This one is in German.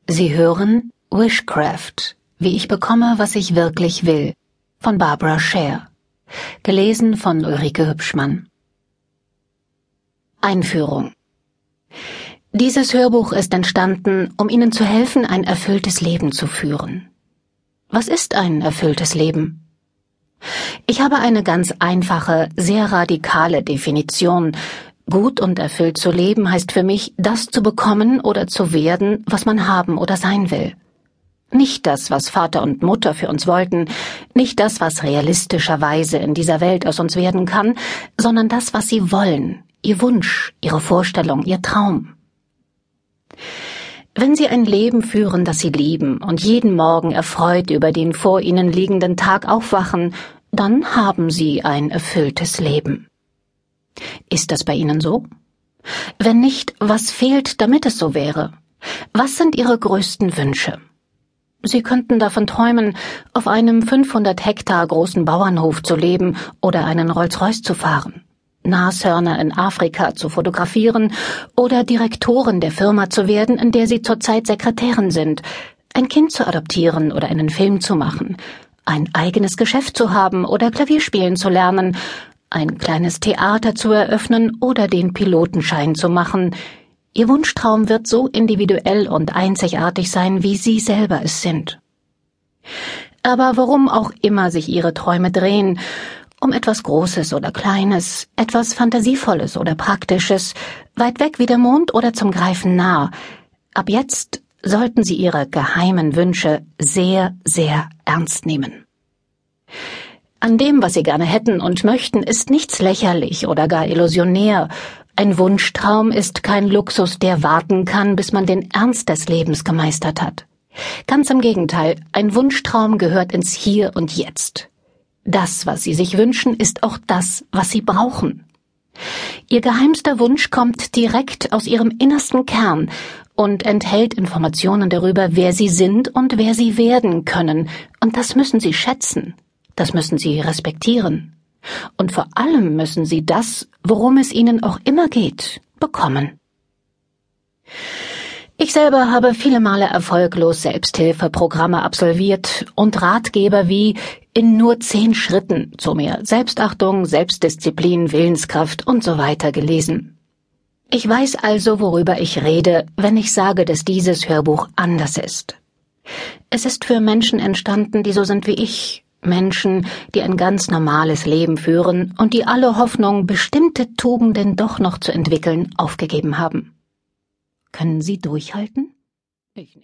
Sie hören Wishcraft, wie ich bekomme, was ich wirklich will, von Barbara Scher, gelesen von Ulrike Hübschmann. Einführung. Dieses Hörbuch ist entstanden, um Ihnen zu helfen, ein erfülltes Leben zu führen. Was ist ein erfülltes Leben? Ich habe eine ganz einfache, sehr radikale Definition. Gut und erfüllt zu leben heißt für mich, das zu bekommen oder zu werden, was man haben oder sein will. Nicht das, was Vater und Mutter für uns wollten, nicht das, was realistischerweise in dieser Welt aus uns werden kann, sondern das, was sie wollen, ihr Wunsch, ihre Vorstellung, ihr Traum. Wenn Sie ein Leben führen, das Sie lieben und jeden Morgen erfreut über den vor Ihnen liegenden Tag aufwachen, dann haben Sie ein erfülltes Leben. Ist das bei Ihnen so? Wenn nicht, was fehlt, damit es so wäre? Was sind Ihre größten Wünsche? Sie könnten davon träumen, auf einem 500 Hektar großen Bauernhof zu leben oder einen Rolls-Royce zu fahren, Nashörner in Afrika zu fotografieren oder Direktorin der Firma zu werden, in der Sie zurzeit Sekretärin sind, ein Kind zu adoptieren oder einen Film zu machen, ein eigenes Geschäft zu haben oder Klavier spielen zu lernen, ein kleines Theater zu eröffnen oder den Pilotenschein zu machen. Ihr Wunschtraum wird so individuell und einzigartig sein, wie Sie selber es sind. Aber worum auch immer sich Ihre Träume drehen, um etwas Großes oder Kleines, etwas Fantasievolles oder Praktisches, weit weg wie der Mond oder zum Greifen nah, ab jetzt sollten Sie Ihre geheimen Wünsche sehr, sehr ernst nehmen. An dem, was Sie gerne hätten und möchten, ist nichts lächerlich oder gar illusionär. Ein Wunschtraum ist kein Luxus, der warten kann, bis man den Ernst des Lebens gemeistert hat. Ganz im Gegenteil, ein Wunschtraum gehört ins Hier und Jetzt. Das, was Sie sich wünschen, ist auch das, was Sie brauchen. Ihr geheimster Wunsch kommt direkt aus Ihrem innersten Kern und enthält Informationen darüber, wer Sie sind und wer Sie werden können. Und das müssen Sie schätzen. Das müssen Sie respektieren. Und vor allem müssen Sie das, worum es Ihnen auch immer geht, bekommen. Ich selber habe viele Male erfolglos Selbsthilfeprogramme absolviert und Ratgeber wie in nur 10 Schritten zu mehr Selbstachtung, Selbstdisziplin, Willenskraft und so weiter gelesen. Ich weiß also, worüber ich rede, wenn ich sage, dass dieses Hörbuch anders ist. Es ist für Menschen entstanden, die so sind wie ich. Menschen, die ein ganz normales Leben führen und die alle Hoffnung, bestimmte Tugenden doch noch zu entwickeln, aufgegeben haben. Können Sie durchhalten? Ich nicht.